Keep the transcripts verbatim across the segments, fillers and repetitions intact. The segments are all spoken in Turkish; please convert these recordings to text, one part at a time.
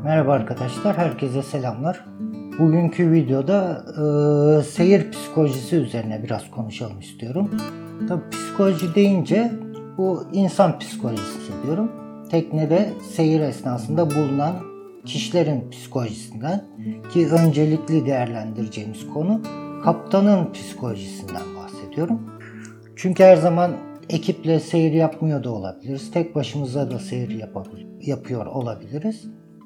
Merhaba arkadaşlar, herkese selamlar. Bugünkü videoda e, seyir psikolojisi üzerine biraz konuşalım istiyorum. Tabii psikoloji deyince bu insan psikolojisi diyorum. Teknede seyir esnasında bulunan kişilerin psikolojisinden, ki öncelikli değerlendireceğimiz konu kaptanın psikolojisinden bahsediyorum. Çünkü her zaman ekiple seyir yapmıyor da olabiliriz. Tek başımıza da seyir yapabilir, yapıyor olabiliriz.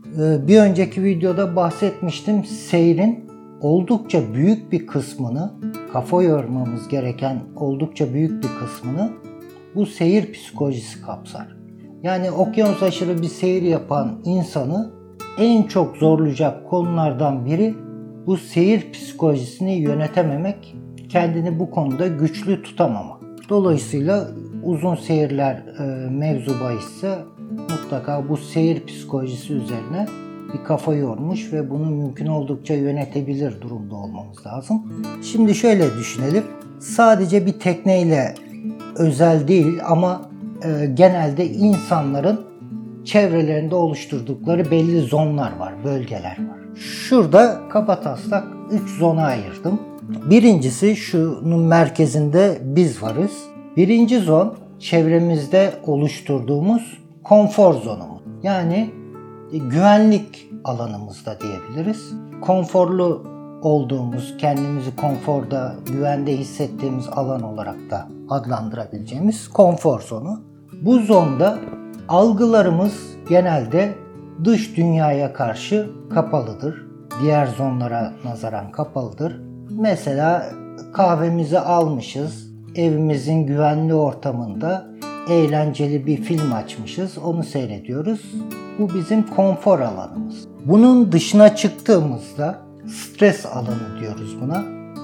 Bir önceki videoda bahsetmiştim. Seyrin oldukça büyük bir kısmını, kafa yormamız gereken oldukça büyük bir kısmını bu seyir psikolojisi kapsar. Yani okyanus aşırı bir seyir yapan insanı en çok zorlayacak konulardan biri bu seyir psikolojisini yönetememek, kendini bu konuda güçlü tutamamak. Dolayısıyla uzun seyirler e, mevzu bahisse mutlaka bu seyir psikolojisi üzerine bir kafa yormuş ve bunu mümkün oldukça yönetebilir durumda olmamız lazım. Şimdi şöyle düşünelim. Sadece bir tekneyle özel değil ama e, genelde insanların çevrelerinde oluşturdukları belli zonlar var, bölgeler var. Şurada kabataslak üç zona ayırdım. Birincisi, şunun merkezinde biz varız. Birinci zon çevremizde oluşturduğumuz konfor zonumuz. Yani güvenlik alanımızda diyebiliriz. Konforlu olduğumuz, kendimizi konforda, güvende hissettiğimiz alan olarak da adlandırabileceğimiz konfor zonu. Bu zonda algılarımız genelde dış dünyaya karşı kapalıdır. Diğer zonlara nazaran kapalıdır. Mesela kahvemizi almışız, evimizin güvenli ortamında eğlenceli bir film açmışız, onu seyrediyoruz. Bu bizim konfor alanımız. Bunun dışına çıktığımızda stres alanı diyoruz buna.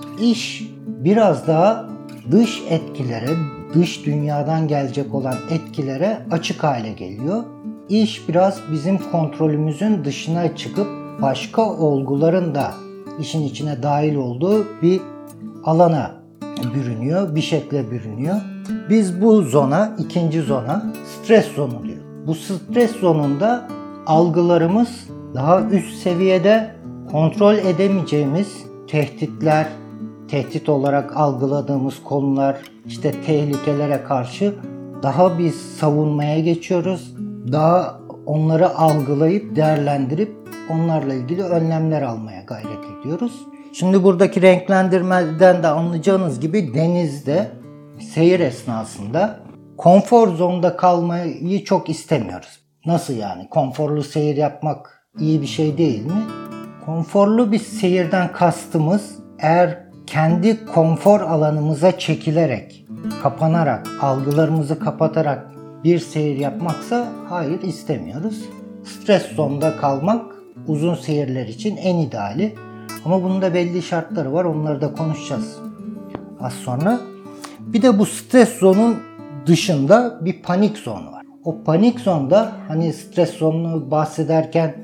İş biraz daha dış etkilere, dış dünyadan gelecek olan etkilere açık hale geliyor. İş biraz bizim kontrolümüzün dışına çıkıp başka olguların da işin içine dahil olduğu bir alana bürünüyor, bir şekle bürünüyor. Biz bu zona, ikinci zona stres zonu diyoruz. Bu stres zonunda algılarımız daha üst seviyede, kontrol edemeyeceğimiz tehditler, tehdit olarak algıladığımız konular, işte tehlikelere karşı daha biz savunmaya geçiyoruz. Daha onları algılayıp, değerlendirip onlarla ilgili önlemler almaya gayret ediyoruz. Şimdi buradaki renklendirmeden de anlayacağınız gibi denizde seyir esnasında konfor zonda kalmayı çok istemiyoruz. Nasıl yani? Konforlu seyir yapmak iyi bir şey değil mi? Konforlu bir seyirden kastımız, eğer kendi konfor alanımıza çekilerek, kapanarak, algılarımızı kapatarak bir seyir yapmaksa hayır, istemiyoruz. Stres zonda kalmak uzun seyirler için en ideali. Ama bunun da belli şartları var. Onları da konuşacağız az sonra. Bir de bu stres zonun dışında bir panik zonu var. O panik zonda, hani stres zonunu bahsederken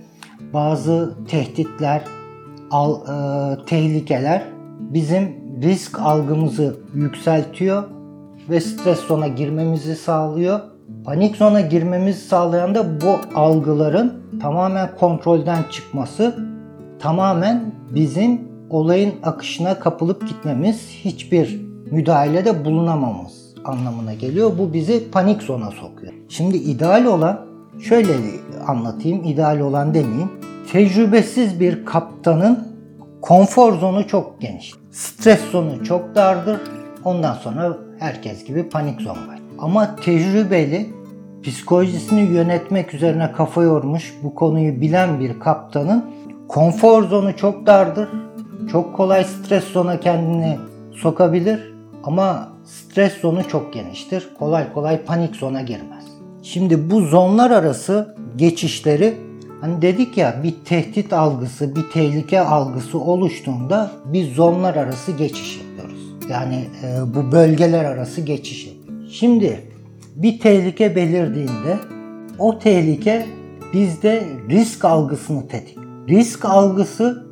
bazı tehditler, al, e, tehlikeler bizim risk algımızı yükseltiyor ve stres zona girmemizi sağlıyor. Panik zona girmemizi sağlayan da bu algıların tamamen kontrolden çıkması, tamamen bizim olayın akışına kapılıp gitmemiz, hiçbir müdahalede bulunamamız anlamına geliyor. Bu bizi panik zona sokuyor. Şimdi ideal olan, şöyle anlatayım, ideal olan demeyeyim. Tecrübesiz bir kaptanın konfor zonu çok geniş. Stres zonu çok dardır. Ondan sonra herkes gibi panik zon var. Ama tecrübeli, psikolojisini yönetmek üzerine kafa yormuş, bu konuyu bilen bir kaptanın konfor zonu çok dardır. Çok kolay stres zona kendini sokabilir ama stres zonu çok geniştir. Kolay kolay panik zona girmez. Şimdi bu zonlar arası geçişleri, hani dedik ya, bir tehdit algısı, bir tehlike algısı oluştuğunda biz zonlar arası geçiş yapıyoruz. Yani e, bu bölgeler arası geçiş yapıyoruz. Şimdi bir tehlike belirdiğinde o tehlike bizde risk algısını tetikler. Risk algısı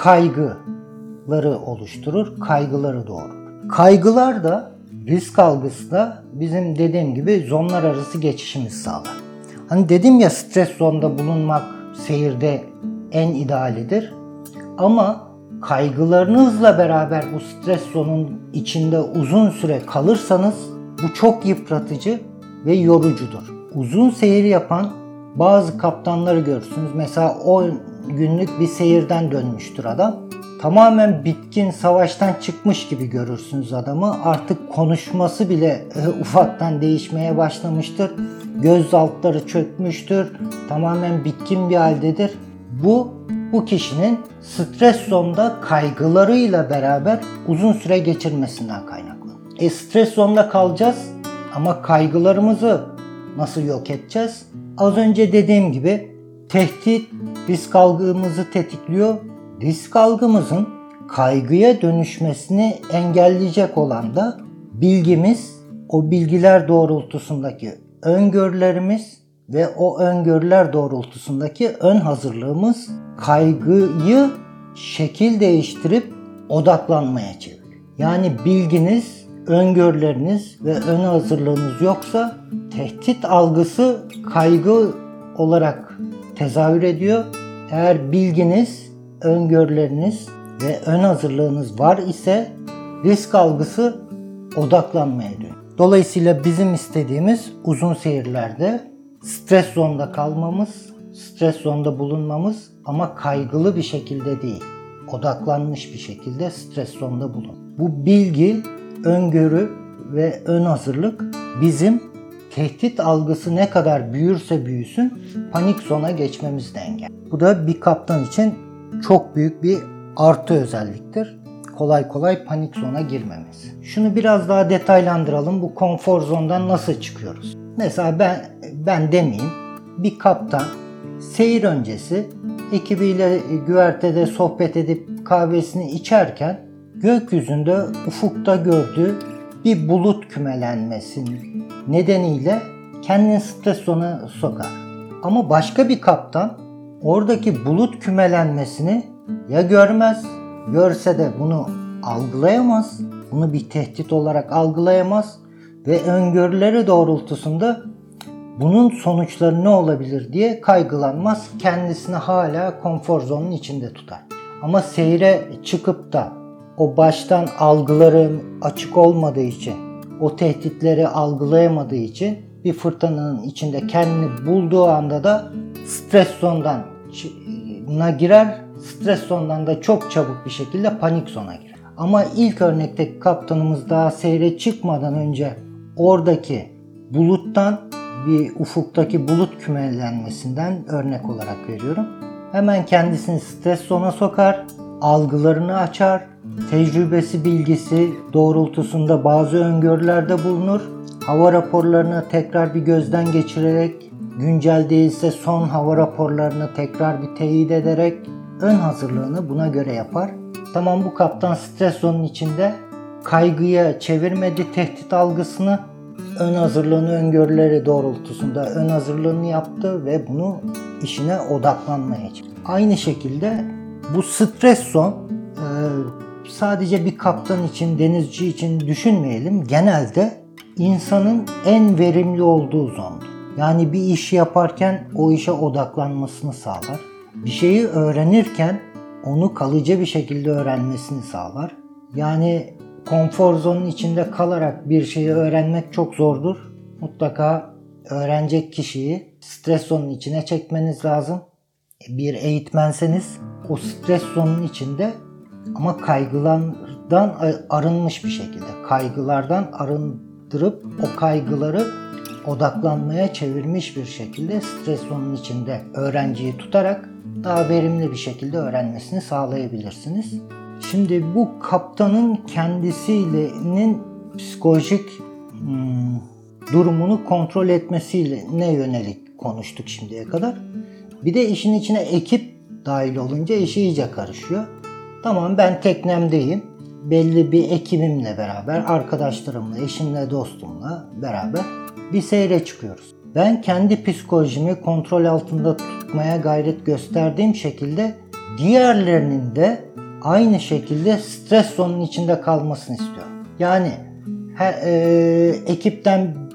kaygıları oluşturur, kaygıları doğurur. Kaygılar da risk algısı da bizim dediğim gibi zonlar arası geçişimizi sağlar. Hani dedim ya, stres zonda bulunmak seyirde en idealidir. Ama kaygılarınızla beraber bu stres zonun içinde uzun süre kalırsanız bu çok yıpratıcı ve yorucudur. Uzun seyir yapan bazı kaptanları görürsünüz. Mesela on günlük bir seyirden dönmüştür adam. Tamamen bitkin, savaştan çıkmış gibi görürsünüz adamı. Artık konuşması bile e, ufaktan değişmeye başlamıştır. Göz altları çökmüştür. Tamamen bitkin bir haldedir. Bu, bu kişinin stres zonda kaygılarıyla beraber uzun süre geçirmesinden kaynaklı. E stres zonda kalacağız ama kaygılarımızı nasıl yok edeceğiz? Az önce dediğim gibi tehdit risk algımızı tetikliyor. Risk algımızın kaygıya dönüşmesini engelleyecek olan da bilgimiz, o bilgiler doğrultusundaki öngörülerimiz ve o öngörüler doğrultusundaki ön hazırlığımız kaygıyı şekil değiştirip odaklanmaya çeviriyor. Yani bilginiz, öngörüleriniz ve ön hazırlığınız yoksa tehdit algısı kaygı olarak tezahür ediyor. Eğer bilginiz, öngörüleriniz ve ön hazırlığınız var ise risk algısı odaklanmaya dönüyor. Dolayısıyla bizim istediğimiz uzun seyirlerde stres zonda kalmamız, stres zonda bulunmamız ama kaygılı bir şekilde değil, odaklanmış bir şekilde stres zonda bulun. Bu bilgi, öngörü ve ön hazırlık bizim tehdit algısı ne kadar büyürse büyüsün panik zona geçmemizde engel. Bu da bir kaptan için çok büyük bir artı özelliktir. Kolay kolay panik zona girmemesi. Şunu biraz daha detaylandıralım. Bu konfor zondan nasıl çıkıyoruz? Mesela ben ben demeyeyim. Bir kaptan seyir öncesi ekibiyle güvertede sohbet edip kahvesini içerken gökyüzünde ufukta gördüğü bir bulut kümelenmesi nedeniyle kendini stres zonuna sokar. Ama başka bir kaptan oradaki bulut kümelenmesini ya görmez, görse de bunu algılayamaz, bunu bir tehdit olarak algılayamaz ve öngörüleri doğrultusunda bunun sonuçları ne olabilir diye kaygılanmaz, kendisini hala konfor zonunun içinde tutar. Ama seyre çıkıp da o baştan algıları açık olmadığı için, o tehditleri algılayamadığı için bir fırtınanın içinde kendini bulduğu anda da stres zondan girer, stres zondan da çok çabuk bir şekilde panik zona girer. Ama ilk örnekteki kaptanımız daha seyre çıkmadan önce oradaki buluttan, bir ufuktaki bulut kümelenmesinden örnek olarak veriyorum. Hemen kendisini stres zona sokar, algılarını açar, tecrübesi, bilgisi doğrultusunda bazı öngörülerde bulunur. Hava raporlarını tekrar bir gözden geçirerek, güncel değilse son hava raporlarını tekrar bir teyit ederek ön hazırlığını buna göre yapar. Tamam, bu kaptan stres zonunun içinde kaygıya çevirmedi tehdit algısını, ön hazırlığını, öngörüleri doğrultusunda ön hazırlığını yaptı ve bunu işine odaklanmaya çalıştı. Aynı şekilde bu stres zon sadece bir kaptan için, denizci için düşünmeyelim. Genelde insanın en verimli olduğu zondur. Yani bir işi yaparken o işe odaklanmasını sağlar. Bir şeyi öğrenirken onu kalıcı bir şekilde öğrenmesini sağlar. Yani konfor zonun içinde kalarak bir şeyi öğrenmek çok zordur. Mutlaka öğrenecek kişiyi stres zonun içine çekmeniz lazım. Bir eğitmenseniz o stres zonun içinde ama kaygılardan arınmış bir şekilde, kaygılardan arındırıp o kaygıları odaklanmaya çevirmiş bir şekilde stres zonunun içinde öğrenciyi tutarak daha verimli bir şekilde öğrenmesini sağlayabilirsiniz. Şimdi bu kaptanın kendisinin psikolojik hmm, durumunu kontrol etmesiyle ne yönelik konuştuk şimdiye kadar. Bir de işin içine ekip dahil olunca işi iyice karışıyor. Tamam, ben teknemdeyim. Belli bir ekibimle beraber, arkadaşlarımla, eşimle, dostumla beraber bir seyre çıkıyoruz. Ben kendi psikolojimi kontrol altında tutmaya gayret gösterdiğim şekilde diğerlerinin de aynı şekilde stres zonunun içinde kalmasını istiyorum. Yani he, e, ekipten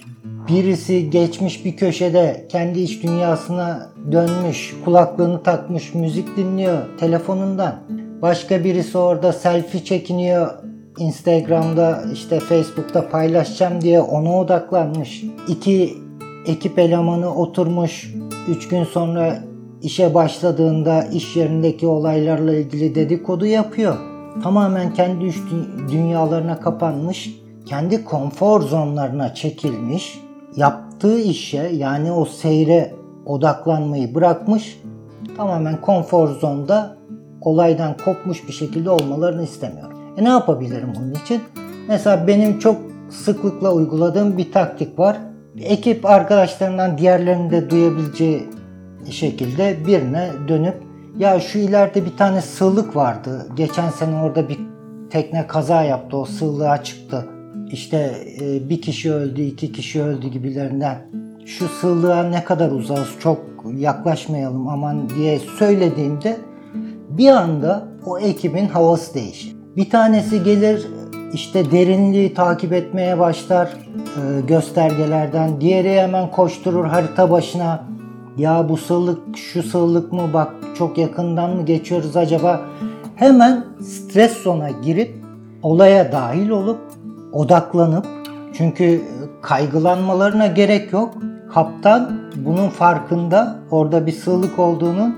birisi geçmiş bir köşede kendi iç dünyasına dönmüş, kulaklığını takmış, müzik dinliyor telefonundan. Başka birisi orada selfie çekiniyor, Instagram'da işte Facebook'ta paylaşacağım diye ona odaklanmış. İki ekip elemanı oturmuş, üç gün sonra işe başladığında iş yerindeki olaylarla ilgili dedikodu yapıyor. Tamamen kendi iç dünyalarına kapanmış, kendi konfor zonlarına çekilmiş, yaptığı işe yani o seyre odaklanmayı bırakmış, tamamen konfor zonda olaydan kopmuş bir şekilde olmalarını istemiyorum. E ne yapabilirim bunun için? Mesela benim çok sıklıkla uyguladığım bir taktik var. Ekip arkadaşlarından diğerlerinin de duyabileceği şekilde birine dönüp ya şu ileride bir tane sığlık vardı. Geçen sene orada bir tekne kaza yaptı. O sığlığa çıktı. İşte bir kişi öldü, iki kişi öldü gibilerinden. Şu sığlığa ne kadar uzağız, çok yaklaşmayalım aman diye söylediğimde bir anda o ekibin havası değişir. Bir tanesi gelir işte derinliği takip etmeye başlar e, göstergelerden. Diğeri hemen koşturur harita başına. Ya bu sığlık şu sığlık mı, bak çok yakından mı geçiyoruz acaba? Hemen stres zona girip olaya dahil olup odaklanıp, çünkü kaygılanmalarına gerek yok. Kaptan bunun farkında, orada bir sığlık olduğunun,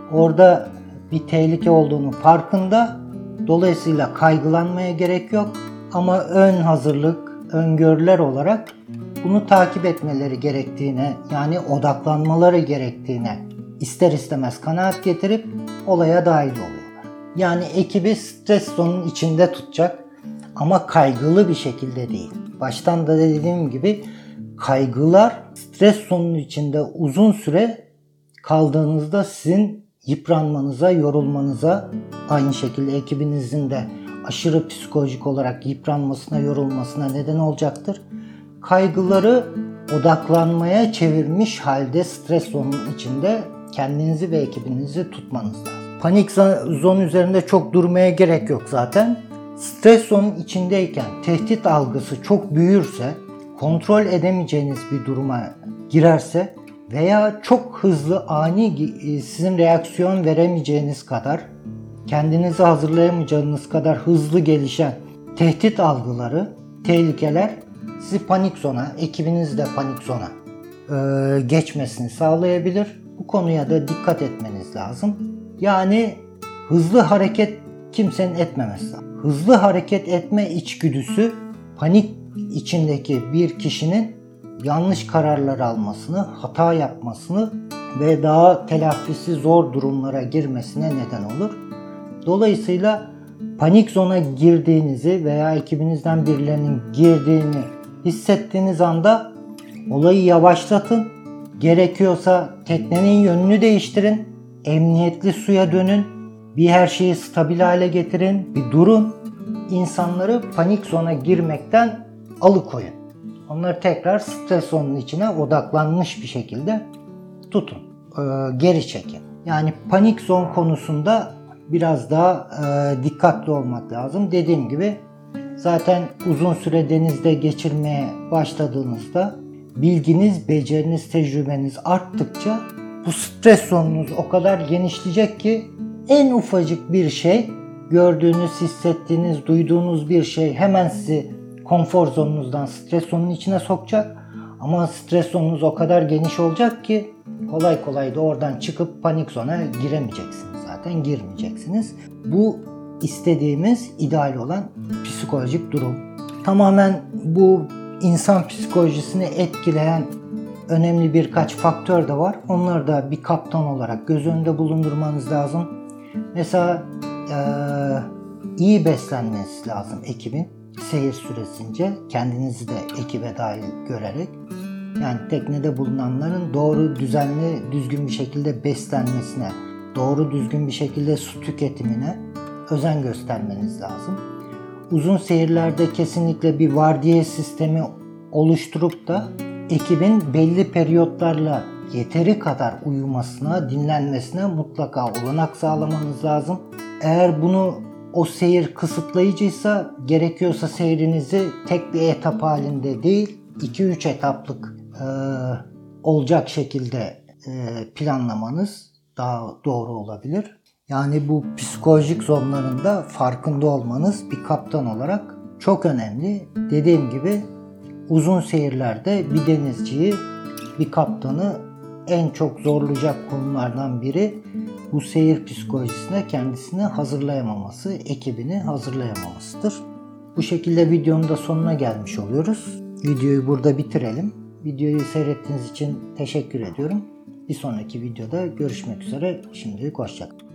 orada bir tehlike olduğunun farkında. Dolayısıyla kaygılanmaya gerek yok ama ön hazırlık, öngörüler olarak bunu takip etmeleri gerektiğine, yani odaklanmaları gerektiğine ister istemez kanaat getirip olaya dahil oluyorlar. Yani ekibi stres zonunun içinde tutacak ama kaygılı bir şekilde değil. Baştan da dediğim gibi kaygılar stres zonunun içinde uzun süre kaldığınızda sizin yıpranmanıza, yorulmanıza, aynı şekilde ekibinizin de aşırı psikolojik olarak yıpranmasına, yorulmasına neden olacaktır. Kaygıları odaklanmaya çevirmiş halde stres zonunun içinde kendinizi ve ekibinizi tutmanız lazım. Panik zon üzerinde çok durmaya gerek yok zaten. Stres zonun içindeyken tehdit algısı çok büyürse, kontrol edemeyeceğiniz bir duruma girerse veya çok hızlı, ani, sizin reaksiyon veremeyeceğiniz kadar, kendinizi hazırlayamayacağınız kadar hızlı gelişen tehdit algıları, tehlikeler sizi panik zona, ekibiniz de panik zona e, geçmesini sağlayabilir. Bu konuya da dikkat etmeniz lazım. Yani hızlı hareket kimsenin etmemesi lazım. Hızlı hareket etme içgüdüsü panik içindeki bir kişinin yanlış kararlar almasını, hata yapmasını ve daha telafisi zor durumlara girmesine neden olur. Dolayısıyla panik zona girdiğinizi veya ekibinizden birilerinin girdiğini hissettiğiniz anda olayı yavaşlatın. Gerekiyorsa teknenin yönünü değiştirin. Emniyetli suya dönün. Bir her şeyi stabil hale getirin. Bir durun. İnsanları panik zona girmekten alıkoyun. Onları tekrar stres zonunun içine odaklanmış bir şekilde tutun. Ee, geri çekin. Yani panik zon konusunda biraz daha e, dikkatli olmak lazım. Dediğim gibi zaten uzun süre denizde geçirmeye başladığınızda bilginiz, beceriniz, tecrübeniz arttıkça bu stres zonunuz o kadar genişleyecek ki en ufacık bir şey, gördüğünüz, hissettiğiniz, duyduğunuz bir şey hemen sizi konfor zonunuzdan stres zonunun içine sokacak. Ama stres zonunuz o kadar geniş olacak ki kolay kolay da oradan çıkıp panik zona giremeyeceksiniz. Zaten girmeyeceksiniz. Bu istediğimiz, ideal olan psikolojik durum. Tamamen bu insan psikolojisini etkileyen önemli birkaç faktör de var. Onları da bir kaptan olarak göz önünde bulundurmanız lazım. Mesela ee, iyi beslenmeniz lazım ekibin. Seyir süresince kendinizi de ekibe dahil görerek, yani teknede bulunanların doğru, düzenli, düzgün bir şekilde beslenmesine, doğru düzgün bir şekilde su tüketimine özen göstermeniz lazım. Uzun seyirlerde kesinlikle bir vardiya sistemi oluşturup da ekibin belli periyotlarla yeteri kadar uyumasına, dinlenmesine mutlaka olanak sağlamanız lazım. Eğer bunu o seyir kısıtlayıcıysa gerekiyorsa seyrinizi tek bir etap halinde değil iki üç etaplık e, olacak şekilde e, planlamanız daha doğru olabilir. Yani bu psikolojik zonlarında farkında olmanız bir kaptan olarak çok önemli. Dediğim gibi uzun seyirlerde bir denizciyi, bir kaptanı en çok zorlayacak konulardan biri bu seyir psikolojisine kendisini hazırlayamaması, ekibini hazırlayamamasıdır. Bu şekilde videonun da sonuna gelmiş oluyoruz. Videoyu burada bitirelim. Videoyu seyrettiğiniz için teşekkür ediyorum. Bir sonraki videoda görüşmek üzere. Şimdilik hoşça kalın.